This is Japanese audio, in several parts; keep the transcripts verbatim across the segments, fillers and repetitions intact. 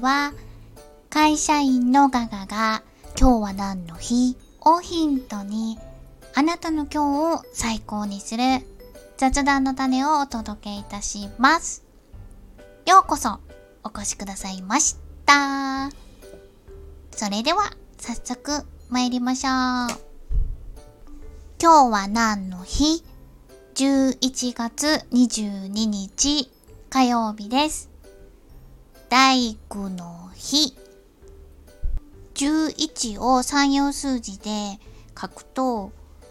は会社員のガガが今日は何の日をヒントにあなたの今日を最高にする雑談の種をお届けいたします。ようこそお越しくださいました。それでは早速参りましょう。今日は何の日？じゅういちがつにじゅうににち火曜日です。大工の日。じゅういちを三葉数字で書くと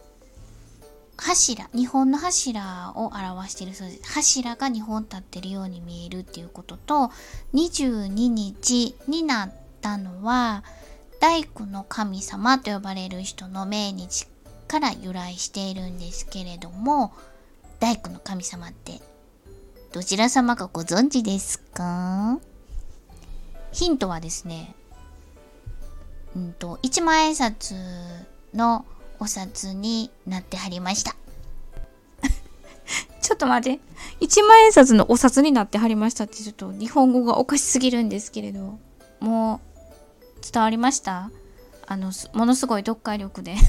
柱、日本の柱を表しているそうです。柱がにほん立ってるように見えるっていうことと、にじゅうににちになったのは大工の神様と呼ばれる人の命日から由来しているんですけれども、大工の神様ってどちら様かご存知ですか？ヒントはですね、うんといちまんえん札のお札になってはりました。ちょっと待って、いちまんえん札のお札になってはりましたってちょっと日本語がおかしすぎるんですけれど、もう伝わりました？あのものすごい読解力で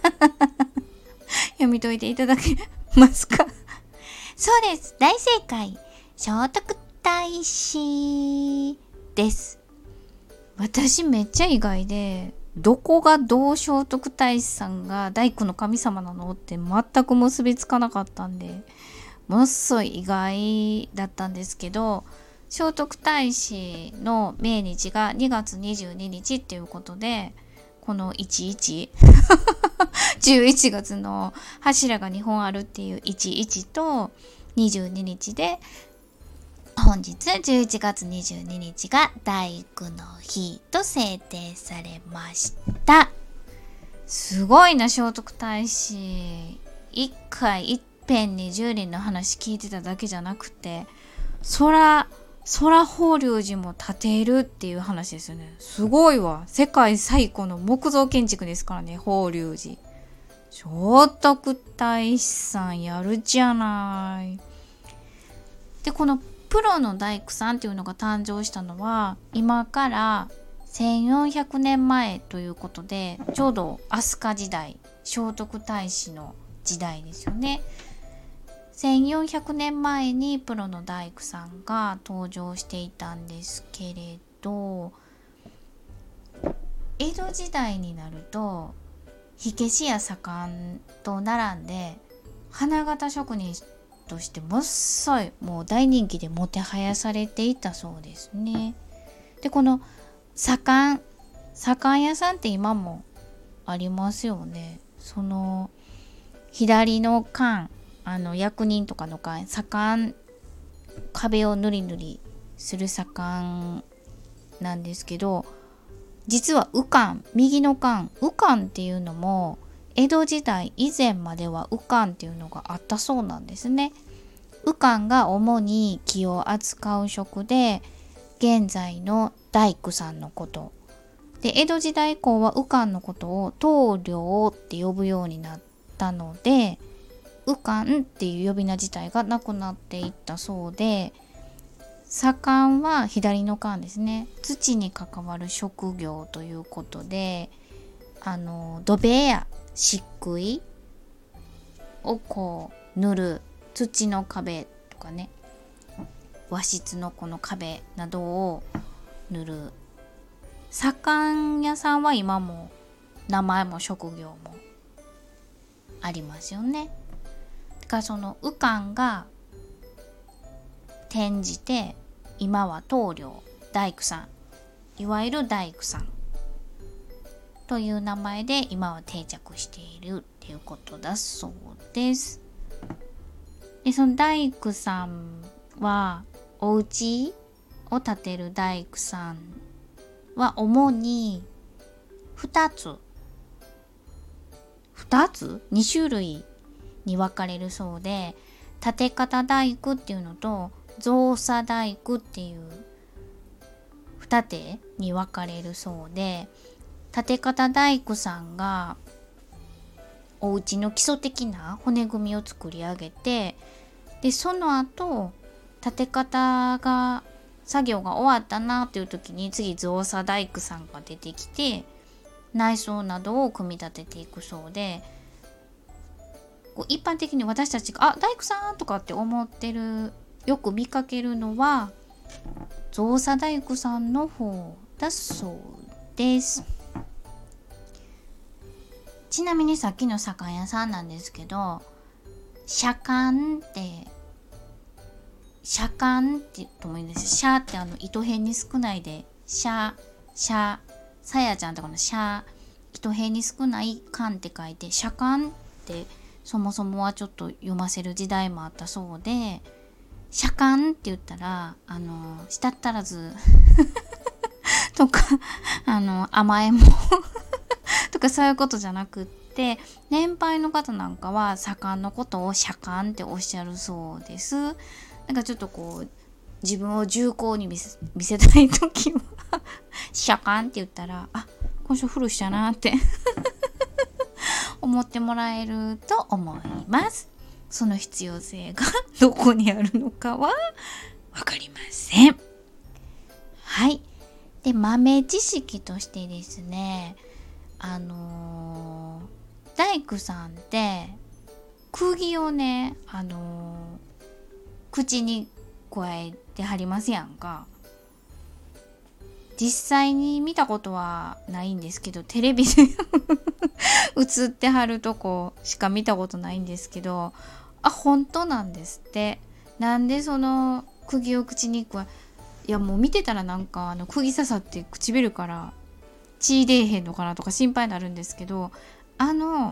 読み解いていただけますか？そうです、大正解。聖徳太子です。私めっちゃ意外で、どこがどう聖徳太子さんが大工の神様なのって全く結びつかなかったんで、ものすごい意外だったんですけど、聖徳太子の命日がにがつにじゅうににちっていうことで、このいちいちじゅういちがつの柱がにほんあるっていういちいちとにじゅうににちで、本日じゅういちがつにじゅうににちが大工の日と制定されました。すごいな、聖徳太子。一回いっぺんにじゅうにんの話聞いてただけじゃなくて、空空法隆寺も建てるっていう話ですよね。すごいわ。世界最古の木造建築ですからね、法隆寺。聖徳太子さんやるじゃない。で、このプロの大工さんっていうのが誕生したのは今からせんよんひゃくねんまえということで、ちょうど飛鳥時代、聖徳太子の時代ですよね。せんよんひゃくねんまえにプロの大工さんが登場していたんですけれど、江戸時代になると火消しや左官と並んで花形職人としてもっそいもう大人気でもてはやされていたそうですね。で、この左官左官屋さんって今もありますよね。その左の官、あの役人とかの官、左官、壁を塗り塗りする左官なんですけど、実は右官、右の官、右官っていうのも江戸時代以前までは右官っていうのがあったそうなんですね。右官が主に木を扱う職で、現在の大工さんのことで、江戸時代以降は右官のことを棟梁って呼ぶようになったので、右官っていう呼び名自体がなくなっていったそうで、左官は左の官ですね。土に関わる職業ということで、あの土塀や漆喰をこう塗る、土の壁とかね、和室のこの壁などを塗る左官屋さんは今も名前も職業もありますよね。だからその右官が転じて今は棟梁、大工さん、いわゆる大工さんという名前で今は定着しているっていうことだそうです。で、その大工さんはお家を建てる大工さんは主にふたつふたつにしゅるいに分かれるそうで、建て方大工っていうのと造作大工っていう二手に分かれるそうで、建て方大工さんがお家の基礎的な骨組みを作り上げて、でその後建て方が作業が終わったなっていう時に次造作大工さんが出てきて内装などを組み立てていくそうで、こう一般的に私たちがあ大工さんとかって思ってるよく見かけるのは造作大工さんの方だそうです。ちなみにさっきの酒屋さんなんですけど、車間って車間って言ってもいいんですよ。シャってあの糸辺に少ないでシャシャさやちゃんとかのシャ糸辺に少ない間って書いて車間ってそもそもはちょっと読ませる時代もあったそうで、車間って言ったらあの舌足らずとかあの甘えん坊とかそういうことじゃなくって、年配の方なんかは盛んのことを車間っておっしゃるそうです。なんかちょっとこう自分を重厚に見せ、見せたい時は車間って言ったらあ今週フルしたなって思ってもらえると思います。その必要性がどこにあるのかはわかりません。はい。で、豆知識としてですね、あのー、大工さんって釘をね、あのー、口に加えてはりますやんか。実際に見たことはないんですけど、テレビで映ってはるとこしか見たことないんですけど、あ、本当なんですって。なんでその釘を口に加え、いやもう見てたらなんかあの釘刺さって唇から血出えへんのかなとか心配になるんですけど、あの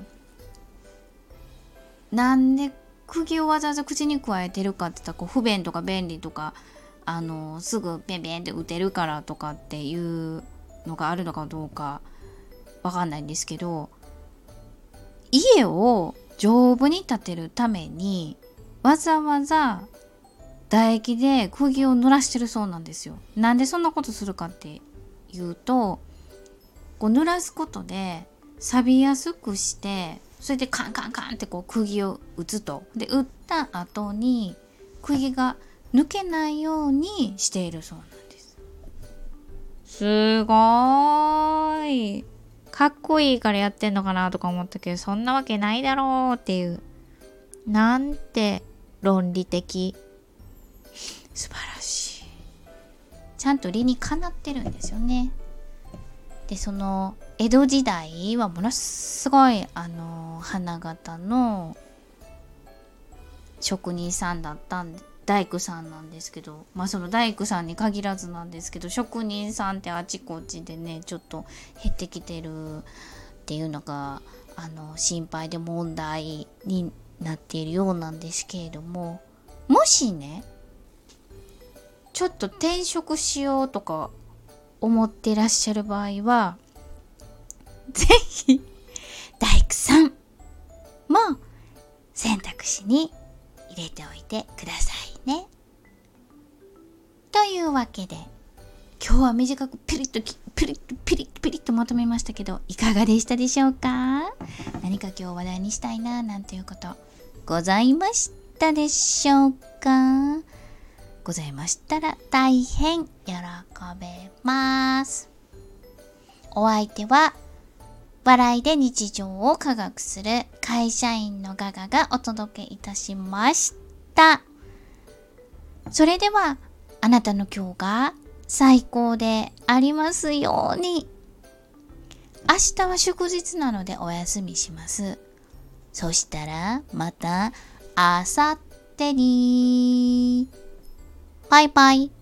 なんで釘をわざわざ口に加えてるかって言ったらこう不便とか便利とかあのすぐベンベンって打てるからとかっていうのがあるのかどうかわかんないんですけど、家を丈夫に建てるためにわざわざ唾液で釘を濡らしてるそうなんですよ。なんでそんなことするかっていうと、こう濡らすことで錆びやすくして、それでカンカンカンってこう釘を打つと。で打った後に釘が抜けないようにしているそうなんです。すごーい。かっこいいからやってんのかなとか思ったけど、そんなわけないだろうっていう。なんて論理的。素晴らしい。ちゃんと理にかなってるんですよね。で、その江戸時代はものすごいあの花形の職人さんだったんで、大工さんなんですけど、まあその大工さんに限らずなんですけど、職人さんってあちこちでねちょっと減ってきてるっていうのがあの心配で問題になっているようなんですけれども、もしねちょっと転職しようとか思ってらっしゃる場合はぜひ大工さんも選択肢に入れておいてくださいね。というわけで今日は短くピリッとピリッとピリッとピリッとまとめましたけど、いかがでしたでしょうか。何か今日話題にしたいななんていうことございましたでしょうか。ございましたら大変喜べます。お相手は笑いで日常を科学する会社員のガガがお届けいたしました。それではあなたの今日が最高でありますように。明日は祝日なのでお休みします。そしたらまたあさってに。バイバイ。